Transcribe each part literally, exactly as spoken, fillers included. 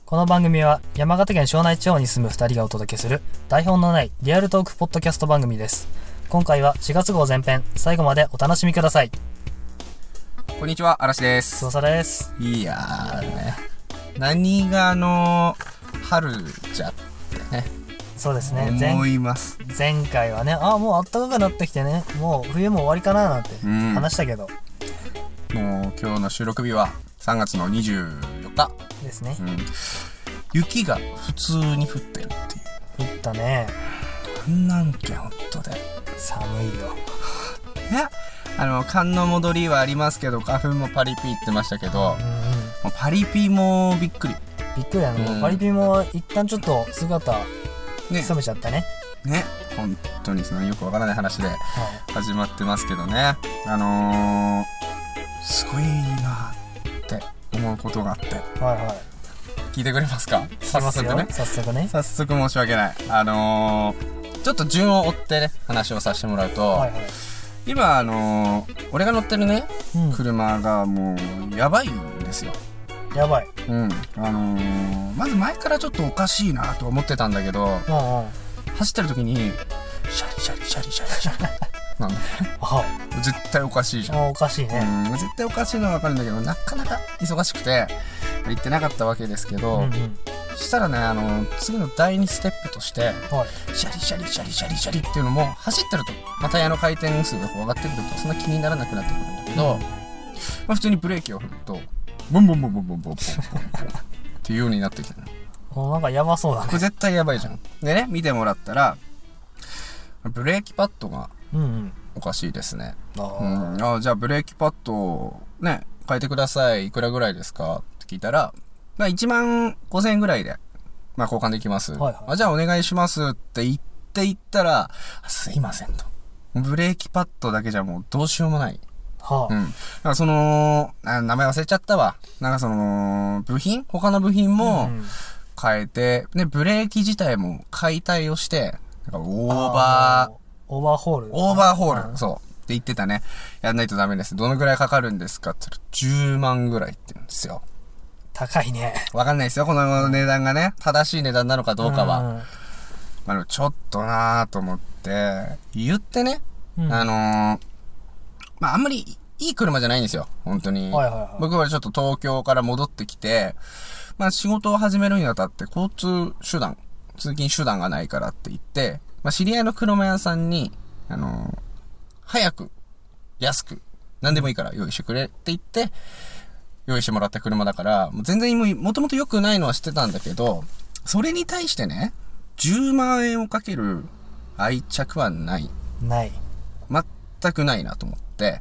この番組は山形県庄内地方に住むふたりがお届けする台本のないリアルトークポッドキャスト番組です。今回はしがつ号前編、最後までお楽しみください。 こんにちは、嵐です。 翼です。 いやーね、何があの春じゃってね、 そうですね、 思います。 前回はね、あもう暖かくなってきてね、もう冬も終わりかななんて話したけど、 うん、もう今日の収録日はさんがつのにじゅうよっかですね、 うん、雪が普通に降ってるっていう。 降ったね。 なんけほんとで寒いよ。 いや、あの寒の戻りはありますけど、花粉もパリピ言ってましたけど、うんうん、もうパリピもびっくりびっくりだね、うん、もうパリピも一旦ちょっと姿潜めちゃったね。 ね、本当にそのよくわからない話で始まってますけどね、はい、あのー、すごいなって思うことがあって、はいはい、聞いてくれますか？早速ね早速ね早速申し訳ない。あのー、ちょっと順を追ってね話をさせてもらうと、はいはい、今あのー、俺が乗ってるね、うん、車がもうやばいんですよ。 やばい。 うん。あのー、まず前からちょっとおかしいなと思ってたんだけど、うんうん、走ってる時にシャリシャリシャリシャリシャリなんだね。絶対おかしいじゃん。 あ、おかしいね。 うん、絶対おかしいのはわかるんだけど、なかなか忙しくて行ってなかったわけですけど、うんうん、したらね、あのー、次のだいにステップとして、はい、シャリシャリシャリシャリシャリっていうのも走ってると、まあ、タイヤの回転数がこう上がってくるとそんな気にならなくなってくるんだけど、うん、まあ、普通にブレーキを踏むとボンボンボンボンボンボンボンボンっていうようになってきたの。 なんかやばそうだね。 これ絶対やばいじゃん。でね、見てもらったらブレーキパッドがおかしいですね。うんうん、あ、じゃあブレーキパッドをね変えてください。いくらぐらいですかって聞いたら、まあ、いちまんごせんえんぐらいで、まあ、交換できます、はいはい、あ、じゃあお願いしますって言って言ったら、すいませんと、ブレーキパッドだけじゃもうどうしようもない。はあ、うん。だからその、名前忘れちゃったわ。なんかその、部品他の部品も変えて、うん、で、ブレーキ自体も解体をして、なんかオーバー、 オーバーホール。 オーバーホール。そう。って言ってたね。やんないとダメです。どのぐらいかかるんですかって言ったら、じゅうまんぐらいって言うんですよ。 高いね。 わかんないですよ。この値段がね、正しい値段なのかどうかは。うん、まあ、でもちょっとなぁと思って、言ってね、うん、あのー、まあ、あんまりいい車じゃないんですよ。本当に。はいはいはい、僕はちょっと東京から戻ってきて、まあ、仕事を始めるにあたって交通手段、通勤手段がないからって言って、まあ、知り合いの車屋さんに、あのー、早く、安く、何でもいいから用意してくれって言って、用意してもらった車だから、もう全然もともと良くないのは知ってたんだけど、それに対してね、じゅうまんえんをかける愛着はない。 ない。 全くないなと思って、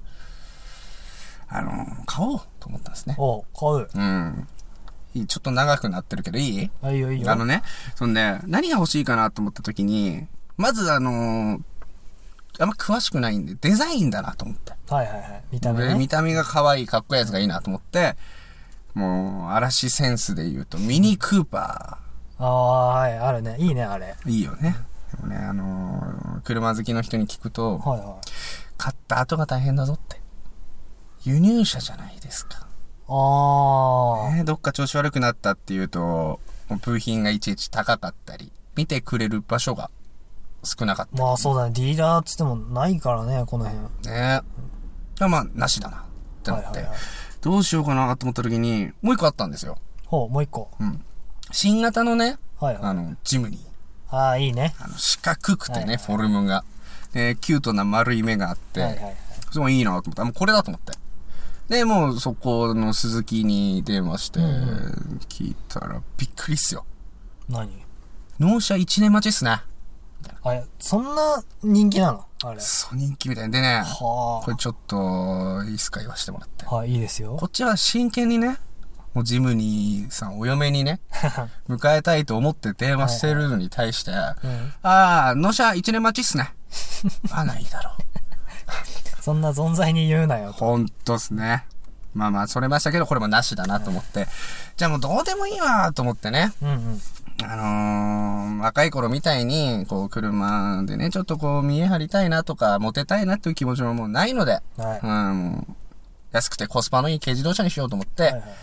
あのー、買おうと思ったんですね。 おう、買う。 うん。ちょっと長くなってるけどいい？ あ、いいよいいよ。 あのね、そんで、何が欲しいかなと思った時に、まずあのー、あんま詳しくないんで、デザインだなと思って。 はいはいはい。見た目ね。 見た目が可愛い、かっこいいやつがいいなと思って、もう、嵐センスで言うと、ミニクーパー。ああ、はい、あるね。いいね、あれ。 いいよね。でもね、あのー、車好きの人に聞くと、はいはい、買った後が大変だぞって。輸入車じゃないですか。ああ、ね。どっか調子悪くなったっていうと、部品がいちいち高かったり、見てくれる場所が少なかったり。 まあそうだね。ディーラーっつってもないからね、この辺。 ねえ。まあ、なしだな。ってなって、はいはいはい。どうしようかなと思った時に、もう一個あったんですよ。 ほう、もう一個。 うん。新型のね、はいはい、あの、ジムニー。 ああ、いいね。 あの、四角くてね、はいはいはい、フォルムが。えー、キュートな丸い目があって、はいはいはい、それもいいなと思った。もうこれだと思って。で、もうそこの鈴木に電話して、聞いたらびっくりっすよ。 何？ 納車いちねん待ちっすね。 あれ、そんな人気なの？あれ。 そう、人気みたいでね。はあ。これちょっと、いいっすか言わせてもらって。 はい、いいですよ。 こっちは真剣にね、もうジムニーさんお嫁にね、迎えたいと思って電話してるのに対して、はいはい、うん、ああ、納車いちねん待ちっすね。あ、ないだろう。 そんな存在に言うなよと。 ほんとっすね。まあまあ、それましたけど、これもなしだなと思って。はい、じゃあもうどうでもいいわと思ってね。うんうん。あのー、若い頃みたいに、こう、車でね、ちょっとこう、見え張りたいなとか、モテたいなっていう気持ちももうないので、はい、うん、安くてコスパのいい軽自動車にしようと思って、はいはいはい、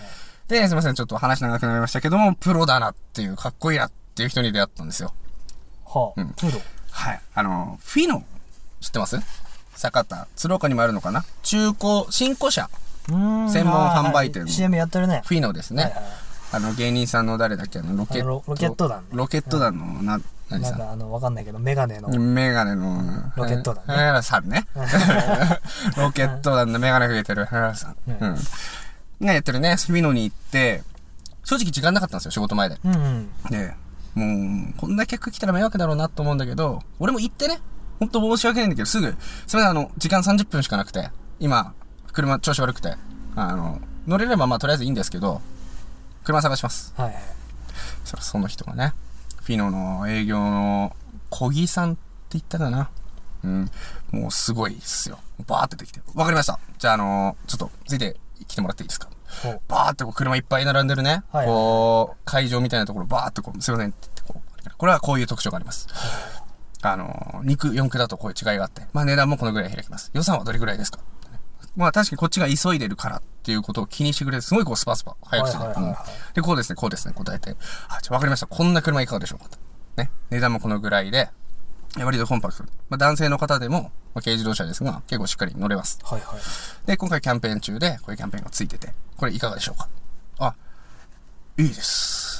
で、すいません、ちょっと話長くなりましたけども、プロだなっていう、かっこいいなっていう人に出会ったんですよ。 はあ、うん、プロはい。あの、フィノ、知ってます？酒田、鶴岡にもあるのかな？中古、新古車。専門販売店の。 シーエム やってるね。 フィノですね。 はいはい、 あの、芸人さんの誰だっけあの、ロケット。 ロケット団、ね。 ロケット団の、な、何さん。 なんかあの、わかんないけど、メガネの。 メガネの、 ロケット団ね。 原さんね。ロケット団のメガネかけてる原さん。うん。がやってるね、フィノに行って、正直時間なかったんですよ、仕事前で。 うんうん。 で、もう、こんな客来たら迷惑だろうなと思うんだけど、俺も行ってね、ほんと申し訳ないんだけど、すぐ、すみません、あの、時間さんじゅっぷんしかなくて、今、車調子悪くて、あの、乗れればまあとりあえずいいんですけど、車探します。 はいはい。 そしたらその人がね、フィノの営業の小木さんって言ったかな。うん。もうすごいっすよ。バーって出てきて。わかりました。じゃああのー、ちょっと、ついて来てもらっていいですか。バーってこう車いっぱい並んでるね。はいはい、こう、会場みたいなところバーってこう、すいませんって言ってこう、これはこういう特徴があります。はい、あのー、肉よん区だとこういう違いがあって、まあ値段もこのぐらい開きます。予算はどれぐらいですか。まあ確かにこっちが急いでるからっていうことを気にしてくれて、すごいこうスパスパ早くして、で、こうですね、こうですね、答えて、あ、じゃあわかりました。こんな車いかがでしょうかと。ね。値段もこのぐらいで、割とコンパクト。まあ男性の方でも、まあ、軽自動車ですが、結構しっかり乗れます。はいはい。で、今回キャンペーン中で、こういうキャンペーンがついてて、これいかがでしょうか。あ、いいです。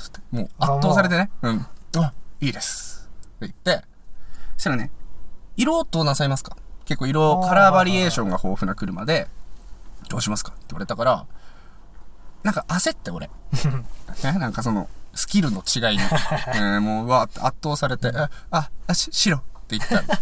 もう圧倒されてね。うん。あ、いいです。って言って、そしたらね、色どうなさいますか？結構色、カラーバリエーションが豊富な車で、どうしますかって言われたから、なんか焦って俺。ね、なんかその、スキルの違いに。えー、もう、わーって圧倒されて、あ、あ、あし、白って言ったの。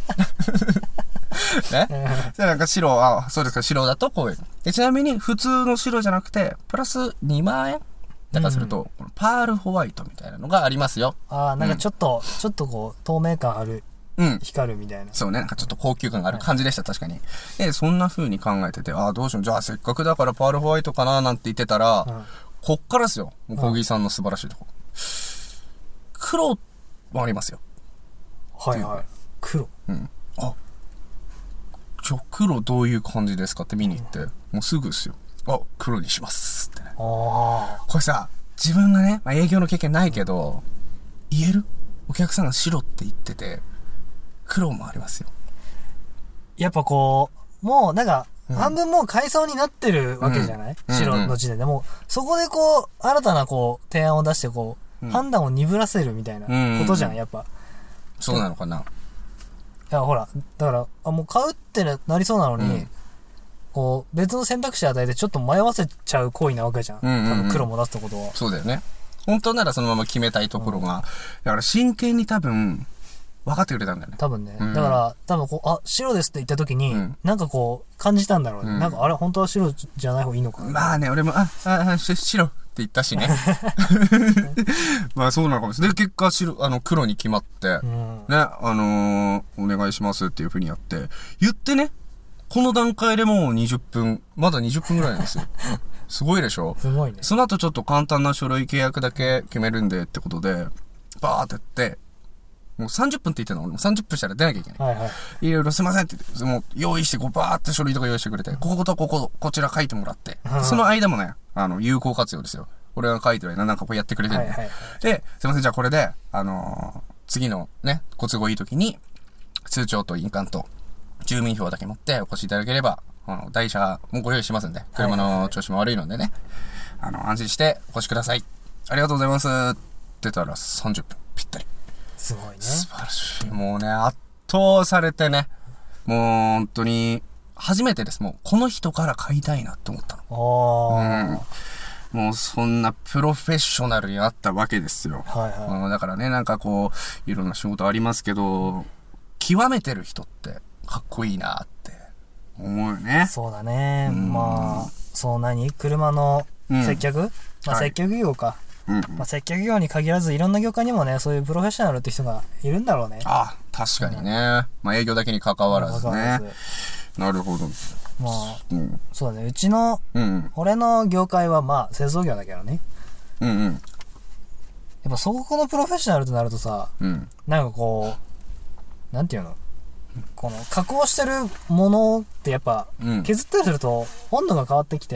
ね。で、なんか白、あ、そうですか、白だとこういう。で、ちなみに、普通の白じゃなくて、プラスにまんえんだからすると、うん、パールホワイトみたいなのがありますよ。 ああ、なんかちょっと、うん、ちょっとこう、透明感ある。うん。光るみたいな。 そうね。なんかちょっと高級感がある感じでした、はい、確かに。で、そんな風に考えてて、ああ、どうしよう。じゃあ、せっかくだからパールホワイトかななんて言ってたら、うん、こっからですよ。もうコーギーさんの素晴らしいとこ。うん、黒もありますよ。 はいはい。黒。 うん。あ、じゃあ黒どういう感じですかって見に行って、うん、もうすぐですよ。あ、黒にしますってね。ああ。これさ、自分がね、まあ、営業の経験ないけど、うん、言える？お客さんが白って言ってて、黒もありますよ。 やっぱこう、もうなんか、半分もう階層になってるわけじゃない、うん、白の時点で。もう、そこでこう、新たなこう、提案を出してこう、うん、判断を鈍らせるみたいなことじゃん、やっぱ。 そうなのかな。いや、ほら、だから、あ、もう買うってなりそうなのに、うん、こう、別の選択肢与えてちょっと迷わせちゃう行為なわけじゃん。うんうんうん、多分黒も出すってことは。 そうだよね。本当ならそのまま決めたいところが、うん、だから真剣に多分、分かってくれたんだよね。 多分ね。うん、だから、多分こう、あ、白ですって言った時に、うん、なんかこう、感じたんだろうね。うん、なんか、あれ、本当は白じゃない方がいいのかな。 まあね、俺も、あ、あ、あ白って言ったしね。まあそうなのかもしれない。で、結果白、あの、黒に決まって、うん、ね、あのー、お願いしますっていう風にやって、言ってね、この段階でもうにじゅっぷん、まだにじゅっぷんぐらいなんですよ。すごいでしょ？ すごいね。 その後ちょっと簡単な書類契約だけ決めるんでってことで、バーってやって、もうさんじゅっぷんって言ってんの俺もさんじゅっぷんしたら出なきゃいけない。はいはい。いろいろすいませんって言って、もう用意してこうバーって書類とか用意してくれて、こことここ、こちら書いてもらって、その間もね、あの、有効活用ですよ。俺が書いてる間なんかこうやってくれてるんで。はいはいはい、で、すいません、じゃあこれで、あのー、次のね、ご都合いい時に、通帳と印鑑と住民票だけ持ってお越しいただければ、あの、台車もご用意しますんで、車の調子も悪いのでね、あの、安心してお越しください。ありがとうございます。って言ったらさんじゅっぷんぴったり。 すごいね。 素晴らしい。もうね、圧倒されてね、もう本当に、初めてです。もう、この人から買いたいなって思ったの。あうん、もう、そんなプロフェッショナルになったわけですよ。はいはいうん。だからね、なんかこう、いろんな仕事ありますけど、極めてる人ってかっこいいなって思うよね。 そうだね。うん、まあ、そう何車の接客、うん、まあ接客業か。はいうんまあ、接客業に限らずいろんな業界にもねそういうプロフェッショナルって人がいるんだろうね。 ああ確かにね、まあ営業だけに関わらずね。なるほど。 まあ、うん、そうだねうちの、うんうん、俺の業界はまあ製造業だけどね。うんうん。やっぱそこのプロフェッショナルとなるとさ、うん、なんかこうなんていうのこの加工してるものってやっぱ、うん、削ったりすると温度が変わってきて。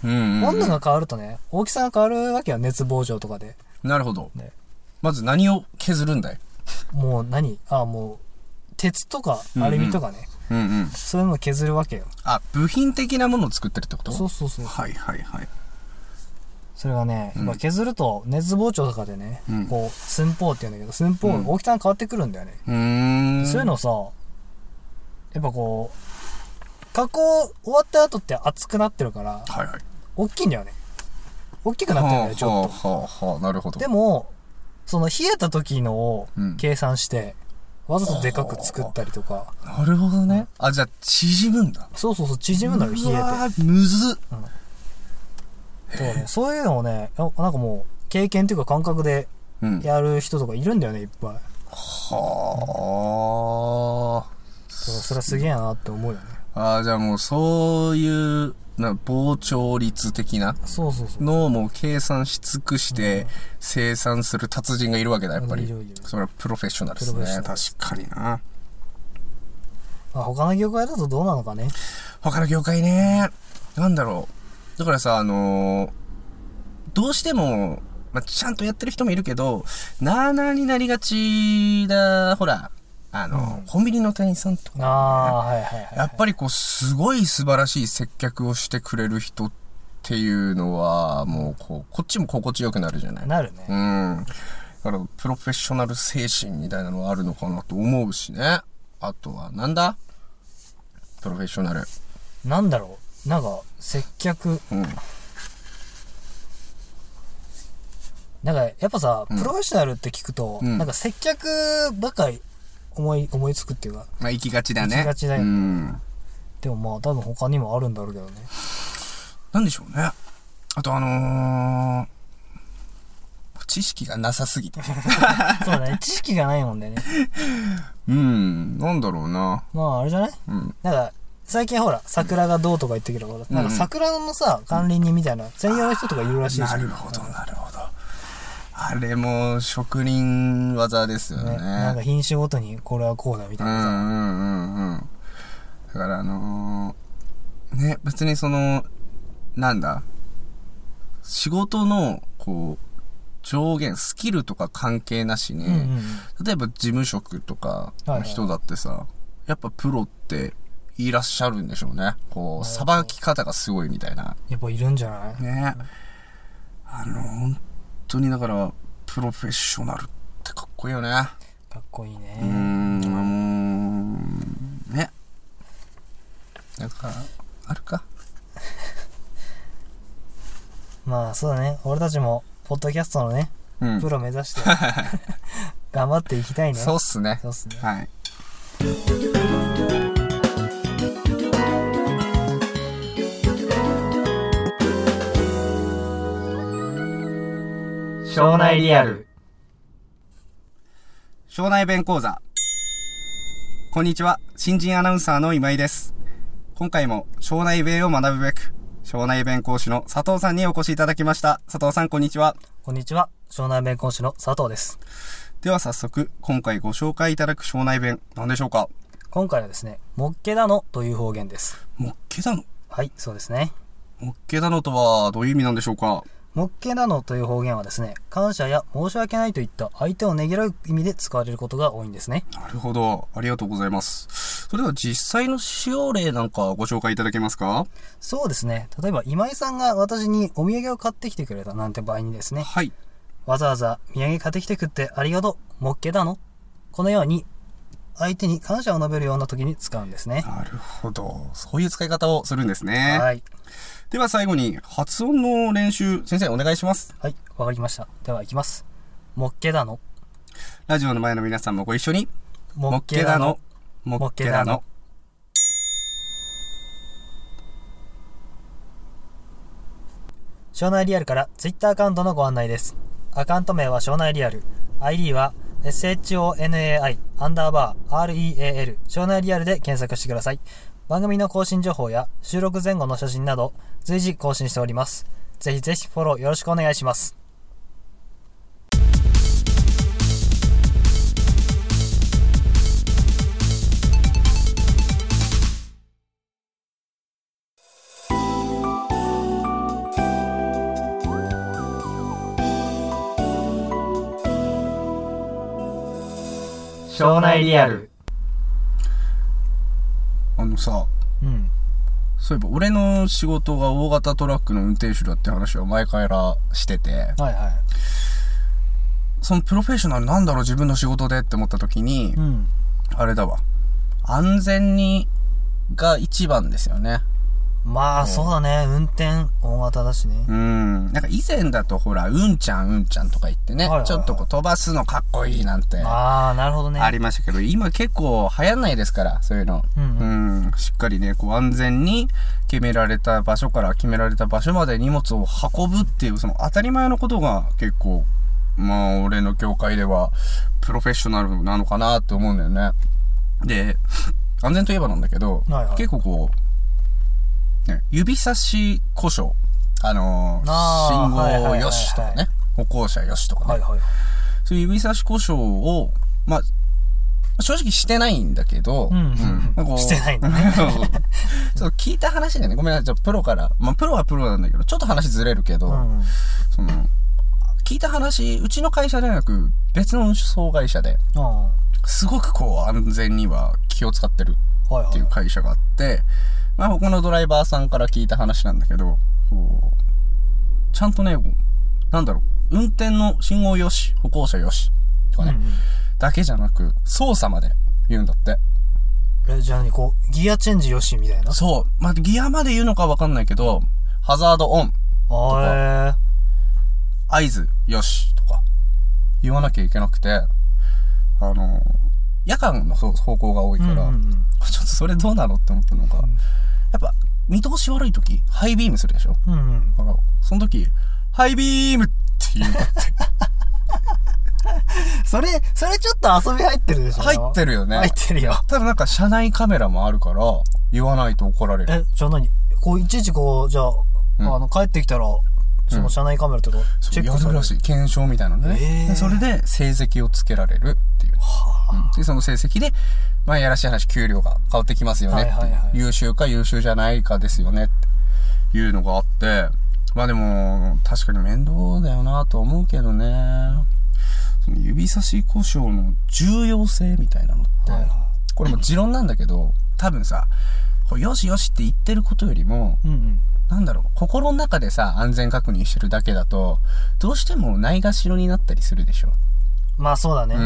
うんうんうん、 温度が変わるとね、大きさが変わるわけよ、熱膨張とかで。 なるほど。ね、まず何を削るんだい？ もう何あ、もう、鉄とかアルミとかね。うんうんうんうん、そういうのを削るわけよ。 あ、部品的なものを作ってるってこと？ そうそうそう。 はいはいはい。 それがね、うん、削ると熱膨張とかでね、うん、こう、寸法って言うんだけど、寸法の大きさが変わってくるんだよね。うん、そういうのをさ、やっぱこう、加工終わった後って熱くなってるから、はいはい、大きいんだよね。大きくなってるんだよ、ちょっと。はあはあはあ、なるほど。でも、その冷えた時のを計算して、わざとでかく作ったりとか。 なるほどね。あ、じゃあ縮むんだ。 そうそうそう、縮むんだよ、冷えて。うわー、むずっ。うんそうね、そういうのをね、なんかもう、経験っていうか感覚でやる人とかいるんだよね、いっぱい。はあ。それはすげえなって思うよね。 ああ、じゃあもうそういう、な膨張率的なのをもう計算し尽くして生産する達人がいるわけだ、やっぱり。それはプロフェッショナルですね。確かにな。 まあ、他の業界だとどうなのかね。 他の業界ね。なんだろう。だからさ、あのー、どうしても、まあ、ちゃんとやってる人もいるけど、なーなーになりがちだ、ほら、あの、うん、コンビニの店員さんとか、ね、あはいはいはいはい、やっぱりこう、すごい素晴らしい接客をしてくれる人っていうのは、もう、こう、こっちも心地よくなるじゃない。 なるね。 うん。だから、プロフェッショナル精神みたいなのはあるのかなと思うしね。あとは、なんだプロフェッショナル。 なんだろうなんか、接客。うん。なんか、やっぱさ、プロフェッショナルって聞くと、うん、なんか接客ばかり思い、思いつくっていうか。 まあ、行きがちだね。 行きがちだよね。うん。でもまあ、多分他にもあるんだろうけどね。 なんでしょうね。あとあのー、知識がなさすぎて。 そうだね。知識がないもんだよね。 うん。なんだろうな。 まあ、あれじゃない？うん。なんか、最近ほら、桜がどうとか言ってるけど、うん、なんか桜のさ、管理人みたいな、専用の人とかいるらしいし。 なるほど、なるほど。あれも、職人技ですよね。ねなんか品種ごとに、これはこうだみたいなさ。うんうんうんうん。 だからあのー、ね、別にその、なんだ、仕事の、こう、上限、スキルとか関係なしに、うんうん、例えば事務職とかの人だってさ、はいはい、やっぱプロっていらっしゃるんでしょうね。こう、さばき方がすごいみたいな。 やっぱいるんじゃない？ ね。あの、本当にだから、プロフェッショナルってかっこいいよね。 かっこいいね。 うーん、もう、ね。なんか、あるか。 まあ、そうだね。俺たちも、ポッドキャストのね、うん、プロ目指して、頑張っていきたいね。 そうっすね。 そうっすね。 はい。 庄内リアル。 庄内弁講座。こんにちは。新人アナウンサーの今井です。今回も庄内弁を学ぶべく、庄内弁講師の佐藤さんにお越しいただきました。佐藤さん、こんにちは。 こんにちは。庄内弁講師の佐藤です。 では早速、今回ご紹介いただく庄内弁、何でしょうか？ 今回はですね、もっけだのという方言です。 もっけだの？ はい、そうですね。 もっけだのとはどういう意味なんでしょうか？ もっけだのという方言はですね、感謝や申し訳ないといった相手をねぎらう意味で使われることが多いんですね。 なるほど。ありがとうございます。それでは実際の使用例なんかご紹介いただけますか？ そうですね。例えば今井さんが私にお土産を買ってきてくれたなんて場合にですね。 はい。 わざわざ土産買ってきてくってありがとう。もっけだの。このように相手に感謝を述べるような時に使うんですね。 なるほど。そういう使い方をするんですね。 はい。 では最後に発音の練習、先生お願いします。 はい、わかりました。では行きます。もっけだの。 ラジオの前の皆さんもご一緒に。 もっけだの。 もっけだの。 庄内リアルからツイッターアカウントのご案内です。アカウント名は庄内リアル。アイディー は ショナイ アンダーバー レアル 庄内リアルで検索してください。番組の更新情報や収録前後の写真など随時更新しております。ぜひぜひフォローよろしくお願いします。 庄内リアル。 あのさ、 うん。 そういえば俺の仕事が大型トラックの運転手だって話を前からしてて、 はいはい。 そのプロフェッショナルなんだろう自分の仕事でって思った時に、 うん。 あれだわ。安全にが一番ですよね。 まあ、そうだね。運転、大型だしね。 うん。なんか以前だとほら、うんちゃんうんちゃんとか言ってね、はいはいはい、ちょっとこう飛ばすのかっこいいなんて。 ああ、なるほどね。 ありましたけど、今結構流行んないですから、そういうの。うん、うん、うん。しっかりね、こう安全に決められた場所から決められた場所まで荷物を運ぶっていう、その当たり前のことが結構、まあ、俺の業界では、プロフェッショナルなのかなって思うんだよね。で、安全といえばなんだけど、はいはい、結構こう、ね、指差し故障。あのー、信号よしとかね、歩行者よしとかね。はいはい、そういう指差し故障を、まあ、正直してないんだけど、 うんうん、してないんだね。 ちょっと聞いた話でね、ごめんなさい、ちょっとプロから、まあプロはプロなんだけど、ちょっと話ずれるけど、うん、その、聞いた話、うちの会社ではなく、別の運送会社で、すごくこう安全には気を使ってるっていう会社があって、はいはい、まあ他のドライバーさんから聞いた話なんだけど、ちゃんとね、なんだろう、運転の信号よし、歩行者よし、とかね、うんうん、だけじゃなく、操作まで言うんだって。 え、じゃあね、こう、ギアチェンジよしみたいな。 そう。まあ、ギアまで言うのかわかんないけど、ハザードオンとか、合図よしとか、言わなきゃいけなくて、あの、夜間の方向が多いから、うんうんうん、ちょっとそれどうなのって思ったのが、うん、やっぱ、見通し悪い時、ハイビームするでしょ、うんうん、だからその時、ハイビームって言うんだって。 それ、それちょっと遊び入ってるでしょ。 入ってるよね。 入ってるよ。 ただなんか車内カメラもあるから、言わないと怒られる。 え、じゃあ何こう、いちいちこう、じゃあ、うん、あの、帰ってきたら、その車内カメラとかチェックされる、うん、やるらしい。検証みたいなのね。えー、でそれで成績をつけられるっていう。はあ、うん、で、その成績で、まあ、やらしい話、給料が変わってきますよねって、はいはいはい。優秀か優秀じゃないかですよねっていうのがあって、まあでも、確かに面倒だよなと思うけどね。その指差し故障の重要性みたいなのって、はいはい、これも持論なんだけど、多分さ、よしよしって言ってることよりも、うんうん、なんだろう、心の中でさ、安全確認してるだけだと、どうしてもないがしろになったりするでしょ。 まあそうだね。 うん。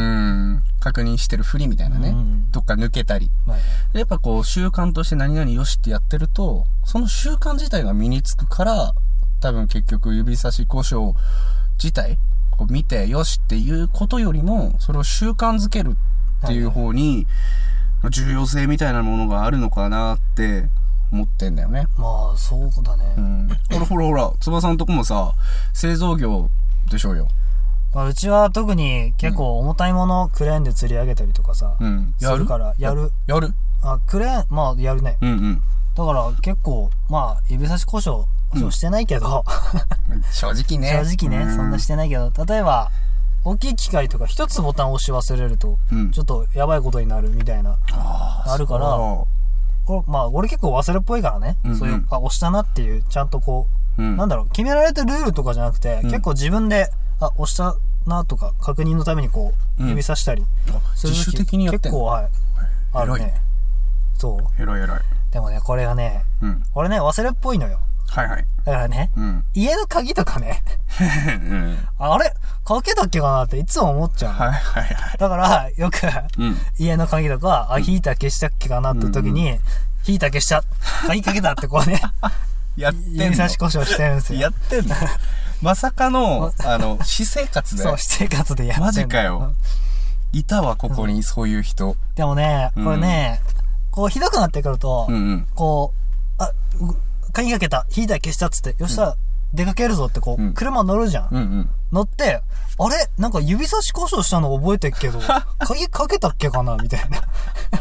確認してるふりみたいなね。うんうん、どっか抜けたり、はいはい。やっぱこう、習慣として何々よしってやってると、その習慣自体が身につくから、多分結局指差し故障自体、こう見てよしっていうことよりも、それを習慣づけるっていう方に、重要性みたいなものがあるのかなって思ってんだよね。 まあ、そうだね。 うん。ほらほらほら、つばさんとこもさ、製造業でしょうよ。 まあ、うちは特に結構重たいものをクレーンで釣り上げたりとかさ、うん、やるするから、やる。 やるあ、クレーン、まあ、やるね。うんうん。だから結構、まあ、指差し故障、そうしてないけど、 うん、正直ね。 正直ね、そんなしてないけど、例えば、大きい機械とか一つボタンを押し忘れると、うん、ちょっとやばいことになるみたいな、あ, あるから、これまあ、俺結構忘れっぽいからね、うんうん、そういう、あ、押したなっていう、ちゃんとこう、うん、なんだろう、決められたルールとかじゃなくて、うん、結構自分で、あ、押したなとか、確認のためにこう、指さしたり、うん、 自主的にやってんの？ 結構、はい。あるね。ねそう。 偉い偉い。 でもね、これがね、うん、俺ね、忘れっぽいのよ。 はいはい。 だからね、うん、家の鍵とかね、うん、あれかけたっけかなっていつも思っちゃう。はいはいはい。だから、よく、うん、家の鍵とか、あ、ヒーター消したっけかなって時に、うんうん、ヒーター消した、鍵かけたってこうね、 やってんの？ 指差し故障してるんですよ。 やってんの？まさかの、あの、私生活で。 そう、私生活でやってんの。 マジかよ。いたわ、ここに、そういう人。 でもね、これね、うん、こう、ひどくなってくると、うんうん、こう、あ、鍵かけた、ヒーター消したっつって、よっしゃ、うん、出かけるぞってこう、うん、車乗るじゃん。うんうん、乗って、あれなんか指差し故障したの覚えてっけど、鍵かけたっけかなみたいな。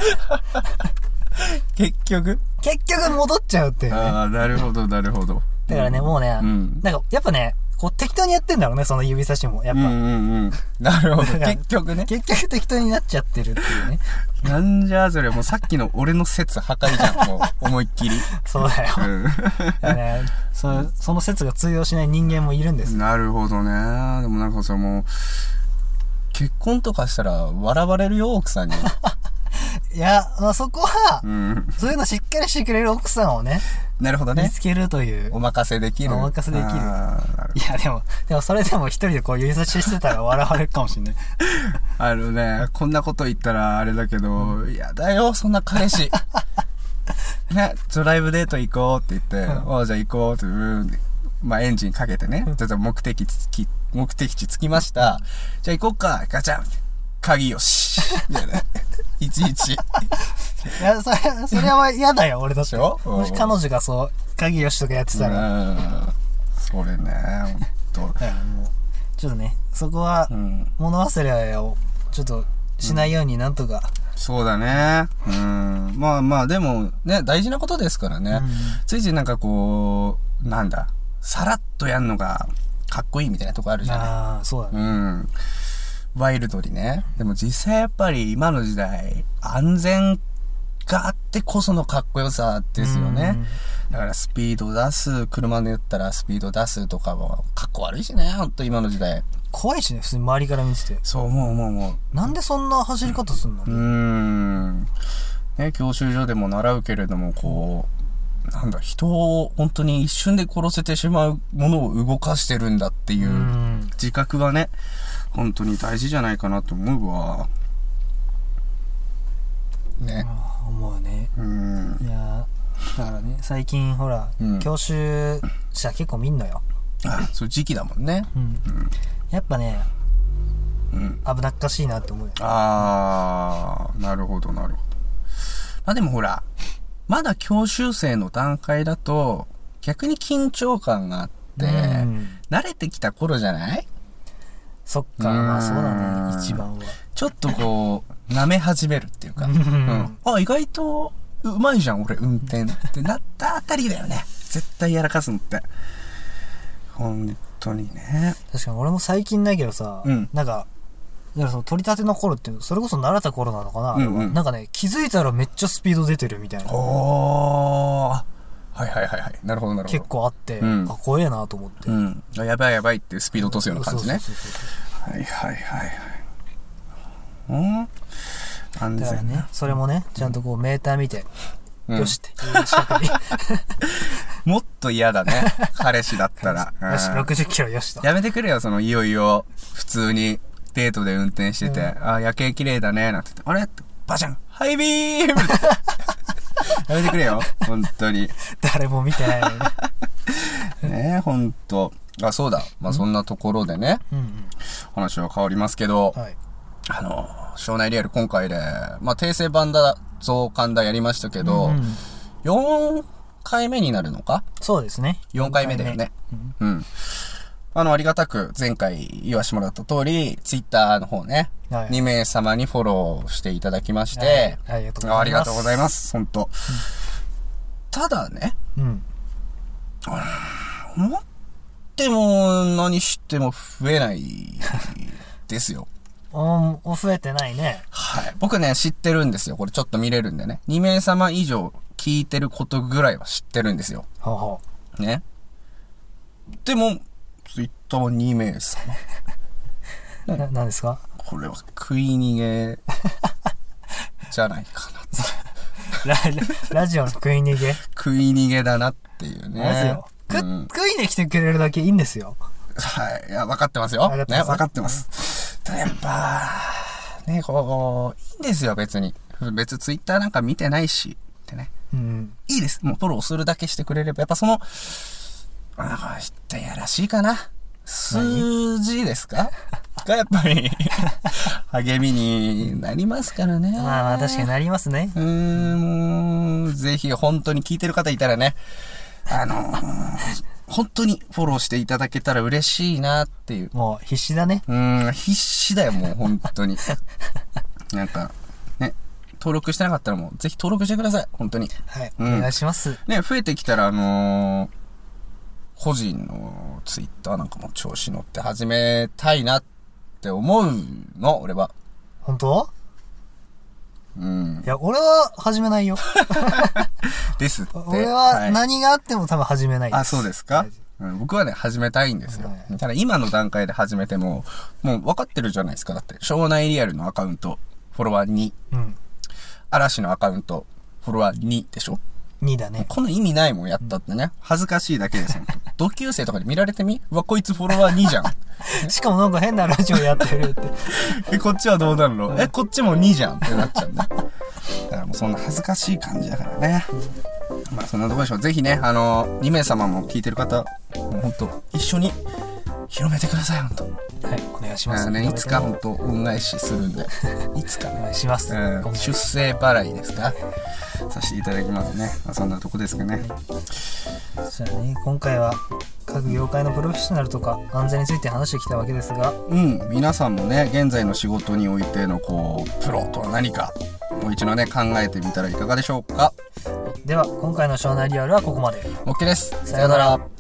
結局結局戻っちゃうっていうね。 ああ、なるほど、なるほど。 だからね、もうね、うん、なんか、やっぱね、こう適当にやってんだろうね、その指差しも。やっぱ。うんうんうん。 なるほど。結局ね。 結局適当になっちゃってるっていうね。 なんじゃそれ、もうさっきの俺の説破壊じゃん、もう思いっきり。 そうだよ。うん、だね、そ, その説が通用しない人間もいるんです。 なるほどね。でもなんかそのもう、 結婚とかしたら笑われるよ、奥さんに。 いや、まあ、そこは、 うん。 そういうのしっかりしてくれる奥さんをね、 なるほどね。 見つけるという。 お任せできる。 お任せできる。 あいや、でも、でもそれでも一人でこう、優ししてたら笑われるかもしんない。 あのね、こんなこと言ったらあれだけど、いやだよ、そんな彼氏。ね、ドライブデート行こうって言って、うん、おじゃあ行こうって、うん、まあエンジンかけてね、ちょっと目的地、目的地着きました。じゃあ行こうか、ガチャン鍵よし。いやね、いちいち。いや、それ、それは嫌だよ、俺だって。 でしょ？ もし彼女がそう、鍵よしとかやってたら。 うん。それね、ほんと。 いや、もう、ちょっとね、そこは、物忘れを、ちょっと、しないようになんとか、うん。 そうだね。うん。まあまあ、でも、ね、大事なことですからね。うん、ついついなんかこう、なんだ、さらっとやんのが、かっこいいみたいなとこあるじゃない。 ああ、そうだね。 うん。ワイルドにね。でも実際やっぱり今の時代、安全があってこそのかっこよさですよね。だからスピード出す、車で言ったらスピード出すとかもかっこ悪いしね、ほんと今の時代。 怖いしね、普通に周りから見てて。 そう、思う思う思う。 なんでそんな走り方すんの？ うーん。ね、教習所でも習うけれども、こう、なんだ、人を本当に一瞬で殺せてしまうものを動かしてるんだっていう自覚はね、本当に大事じゃないかなと思うわ。ね。 ああ、思うね。 うん。 いやだからね、最近ほら、うん、教習車結構見んのよ。 あ、そういう時期だもんね。 うん。うん、やっぱね、うん、危なっかしいなって思うよ。 ああ、なるほどなるほど。まあでもほら、まだ教習生の段階だと、逆に緊張感があって、うん、慣れてきた頃じゃない？ そっか、まあそうだね、一番は。 ちょっとこう、舐め始めるっていうか、うん、あ、意外と、うまいじゃん、俺、運転ってなったあたりだよね。絶対やらかすのって。本当にね。 確かに俺も最近だけどさ、うん、なんか、だからその取り立ての頃っていうの、それこそ慣れた頃なのかな、うんうん、なんかね、気づいたらめっちゃスピード出てるみたいな。 おー。はいはいはいはい。なるほどなるほど。 結構あって、うん、あ、怖えなと思って。 うん。やばいやばいってスピード落とすような感じね。そうそうそうそう。はいはいはいはい。うん、安全だからね、 それもね、ちゃんとこうメーター見て、うん、よしって言う近くに。 もっと嫌だね。彼氏だったら。 よし、ろくじゅっキロよしと。 やめてくれよ、そのいよいよ、普通にデートで運転してて、うん、あ、夜景綺麗だね、なんて言って、あれバシャンハイビームやめてくれよ、本当に。 誰も見てないのに。 ねえ、ほんと。あ、そうだ。まあ、そんなところでね、うんうん、話は変わりますけど、はい、あの、庄内リアル今回で、まあ、訂正版だ、増刊だやりましたけど、うんうん、よんかいめになるのか？ そうですね。 よんかいめだよね。うん。うん。あの、ありがたく前回言わしてもらった通り、ツイッターの方ね、はい、にめい様にフォローしていただきまして、 はい、ありがとうございます。 ありがとうございます。ほんと。うん、ただね、うん。思っても何しても増えないですよ。 お、増えてないね。 はい。僕ね、知ってるんですよ。これちょっと見れるんでね。にめい様以上聞いてることぐらいは知ってるんですよ。 ははね。でも、ツイッターはにめい様。 な、なんですか？ これは食い逃げじゃないかなラ。ラジオの食い逃げ食い逃げだなっていうね。 ですよ。く、うん、食いに来てくれるだけいいんですよ。 はい。いや、分かってますよ。ね、分かってます。ただやっぱ、ね、こう、いいんですよ、別に。別ツイッターなんか見てないし、ってね。うん。いいです。もうフォローするだけしてくれれば、やっぱその、なんか、一体やらしいかな。数字ですかがやっぱり、励みになりますからね。 まあまあ確かになりますね。 うーん、もう、ぜひ本当に聞いてる方いたらね、あのー、本当にフォローしていただけたら嬉しいなっていう。 もう必死だね。 うーん、必死だよ、もう本当に。なんか、ね、登録してなかったらもうぜひ登録してください、本当に。 はい、うん、お願いします。 ね、増えてきたらあのー、個人のツイッターなんかも調子乗って始めたいなって思うの、俺は。 本当？ うん。 いや、俺は始めないよ。 ですって。 俺は何があっても多分始めないです。 あ、そうですか？ うん、僕はね、始めたいんですよ。うん、ただ今の段階で始めても、もう分かってるじゃないですか。だって、庄内リアルのアカウント、フォロワーに。うん、嵐のアカウント、フォロワーにでしょ？ にだね。 この意味ないもんやったってね。恥ずかしいだけですよ。同級生とかで見られてみ？うわ、こいつフォロワーにじゃん。 しかもなんか変なラジオやってるって。 え、こっちはどうなるの？え、こっちもにじゃんってなっちゃうんだ。だからもうそんな恥ずかしい感じだからね。まあそんなとこでしょう。ぜひね、あの、に名様も聞いてる方、もうほんと、一緒に広めてください、ほんと。 はい、お願いします。 ね、いつかほんと恩返しするんで。いつかね。 お願いします。 うん、出世払いですかさせていただきますね。まあ、そんなとこですかね。 じゃあね、今回は各業界のプロフェッショナルとか安全について話してきたわけですが、 うん、皆さんもね、現在の仕事においてのこうプロとは何か、もう一度ね考えてみたらいかがでしょうか。 では今回の庄内リアルはここまで。 OK です。 さようなら。